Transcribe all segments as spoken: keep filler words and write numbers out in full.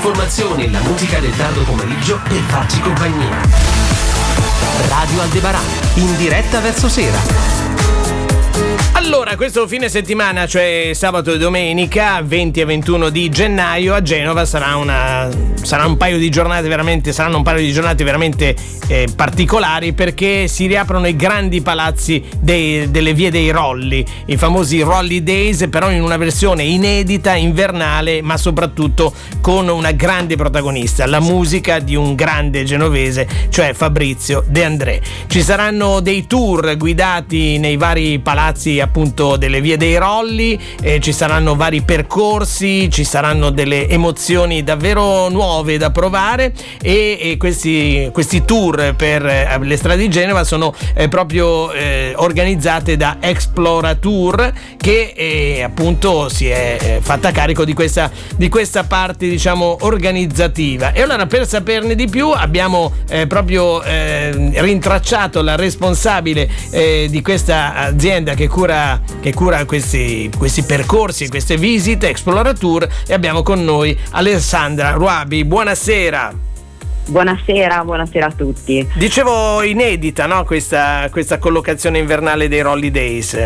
informazioni e la musica del tardo pomeriggio per farci compagnia. Radio Aldebaran, in diretta verso sera. Allora, questo fine settimana, cioè sabato e domenica, venti e ventuno di gennaio, a Genova sarà una sarà un paio di giornate veramente saranno un paio di giornate veramente eh, particolari, perché si riaprono i grandi palazzi dei, delle vie dei Rolli, i famosi Rolli Days, però in una versione inedita, invernale, ma soprattutto con una grande protagonista, la musica di un grande genovese, cioè Fabrizio De André. Ci saranno dei tour guidati nei vari palazzi appunto delle vie dei Rolli, eh, ci saranno vari percorsi, ci saranno delle emozioni davvero nuove da provare, e, e questi, questi tour per eh, le strade di Genova sono eh, proprio eh, organizzate da Explora Tour, che eh, appunto si è eh, fatta carico di questa, di questa parte, diciamo, organizzativa. E allora, per saperne di più, abbiamo eh, proprio eh, rintracciato la responsabile eh, di questa azienda che cura che cura questi, questi percorsi, queste visite, Explora Tour, e abbiamo con noi Alessandra Ruabi. Buonasera. Buonasera, buonasera a tutti. Dicevo inedita, no? Questa, questa collocazione invernale dei Rolli Days.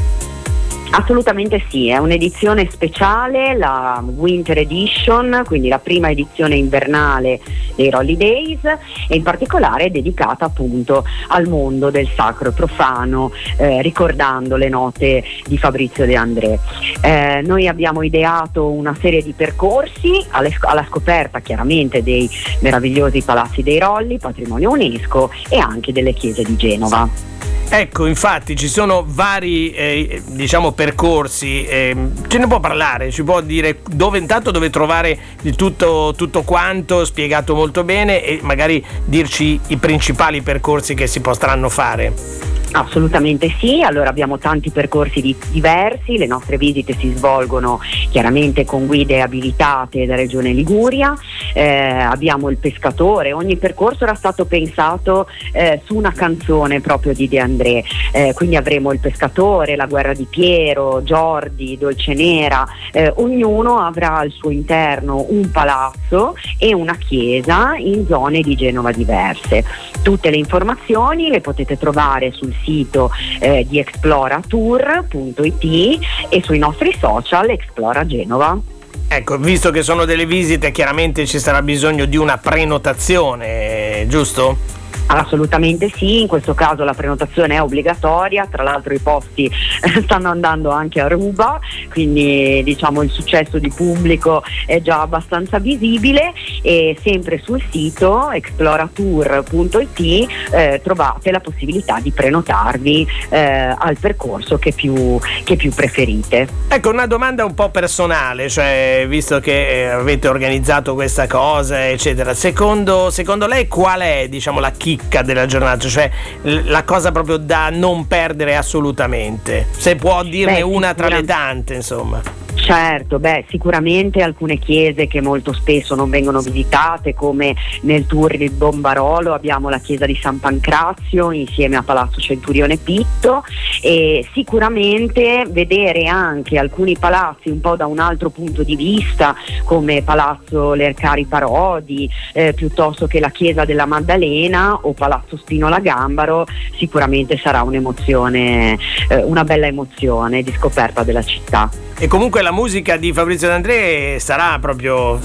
Assolutamente sì, è un'edizione speciale, la Winter Edition, quindi la prima edizione invernale dei Rolli Days, e in particolare è dedicata appunto al mondo del sacro e profano, eh, ricordando le note di Fabrizio De André. Eh, noi abbiamo ideato una serie di percorsi alle, alla scoperta chiaramente dei meravigliosi palazzi dei Rolli, patrimonio UNESCO, e anche delle chiese di Genova. Ecco, infatti ci sono vari eh, diciamo percorsi, eh, ce ne può parlare, ci può dire dove, intanto dove trovare di tutto, tutto quanto spiegato molto bene, e magari dirci i principali percorsi che si potranno fare. Assolutamente sì, allora abbiamo tanti percorsi di, diversi, le nostre visite si svolgono chiaramente con guide abilitate da Regione Liguria, eh, abbiamo il pescatore, ogni percorso era stato pensato eh, su una canzone proprio di De André, eh, quindi avremo il pescatore, la guerra di Piero, Giordi, Dolcenera, eh, ognuno avrà al suo interno un palazzo e una chiesa in zone di Genova diverse. Tutte le informazioni le potete trovare sul sito eh, di explora tour punto it e sui nostri social Explora Genova. Ecco, visto che sono delle visite, chiaramente ci sarà bisogno di una prenotazione, giusto? Assolutamente sì, in questo caso la prenotazione è obbligatoria, tra l'altro i posti stanno andando anche a ruba, quindi diciamo il successo di pubblico è già abbastanza visibile, e sempre sul sito explora tour punto it eh, trovate la possibilità di prenotarvi eh, al percorso che più, che più preferite. Ecco, una domanda un po' personale, cioè visto che eh, avete organizzato questa cosa eccetera, secondo, secondo lei qual è, diciamo, la chicca della giornata, cioè la cosa proprio da non perdere assolutamente, se può dirne Beh, una tra le tante, insomma? Certo, beh, sicuramente alcune chiese che molto spesso non vengono visitate, come nel tour di Bombarolo abbiamo la chiesa di San Pancrazio insieme a Palazzo Centurione Pitto, e sicuramente vedere anche alcuni palazzi un po' da un altro punto di vista, come Palazzo Lercari Parodi, eh, piuttosto che la chiesa della Maddalena o Palazzo Spinola Gambaro, sicuramente sarà un'emozione, eh, una bella emozione di scoperta della città. E comunque la musica di Fabrizio De André sarà proprio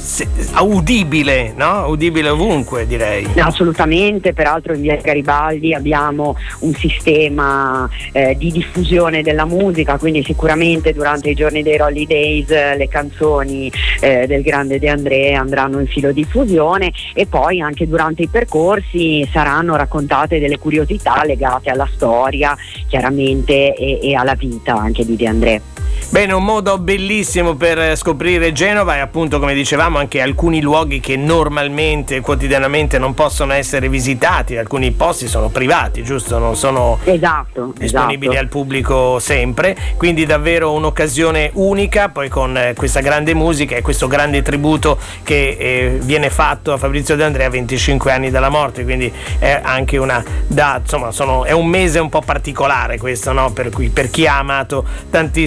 udibile, no? Udibile ovunque, direi. Assolutamente, peraltro in via Garibaldi abbiamo un sistema eh, di diffusione della musica, quindi sicuramente durante i giorni dei Rolli Days eh, le canzoni eh, del grande De André andranno in filo diffusione, e poi anche durante i percorsi saranno raccontate delle curiosità legate alla storia, chiaramente, e, e alla vita anche di De André. Bene, un modo bellissimo per scoprire Genova, e appunto, come dicevamo, anche alcuni luoghi che normalmente, quotidianamente non possono essere visitati, alcuni posti sono privati, giusto? Non sono esatto, disponibili esatto. al pubblico sempre, quindi davvero un'occasione unica, poi con eh, questa grande musica e questo grande tributo che eh, viene fatto a Fabrizio De André a venticinque anni dalla morte, quindi è anche una da, insomma, sono, è un mese un po' particolare questo, no? Per cui, per chi ha amato tantissimo la musica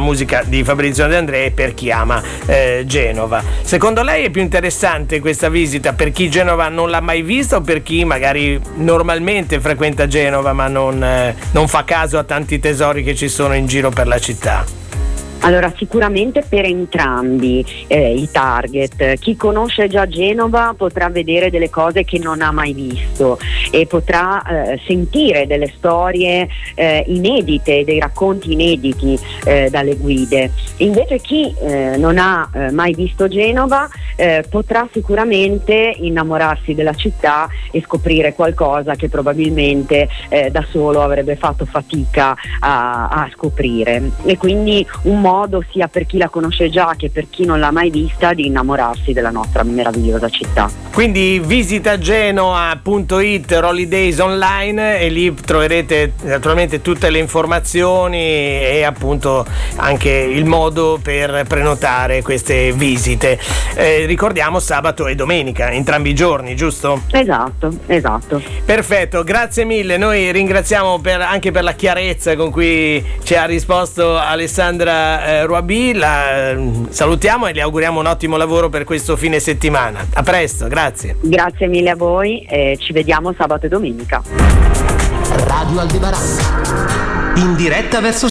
musica di Fabrizio De André e per chi ama eh, Genova. Secondo lei è più interessante questa visita per chi Genova non l'ha mai vista o per chi magari normalmente frequenta Genova ma non, eh, non fa caso a tanti tesori che ci sono in giro per la città? Allora, sicuramente per entrambi eh, i target. Chi conosce già Genova potrà vedere delle cose che non ha mai visto e potrà eh, sentire delle storie eh, inedite, dei racconti inediti eh, dalle guide. Invece chi eh, non ha eh, mai visto Genova eh, potrà sicuramente innamorarsi della città e scoprire qualcosa che probabilmente eh, da solo avrebbe fatto fatica a, a scoprire. E quindi un modo sia per chi la conosce già che per chi non l'ha mai vista di innamorarsi della nostra meravigliosa città. Quindi visita genoa punto it, Rolly Days online, e lì troverete naturalmente tutte le informazioni e appunto anche il modo per prenotare queste visite. Eh, ricordiamo sabato e domenica, entrambi i giorni, giusto? Esatto, esatto. Perfetto, grazie mille. Noi ringraziamo per, anche per la chiarezza con cui ci ha risposto Alessandra eh, Ruabì. La eh, salutiamo e le auguriamo un ottimo lavoro per questo fine settimana. A presto, grazie. Grazie mille a voi e ci vediamo sabato e domenica. Radio Aldebaran, in diretta verso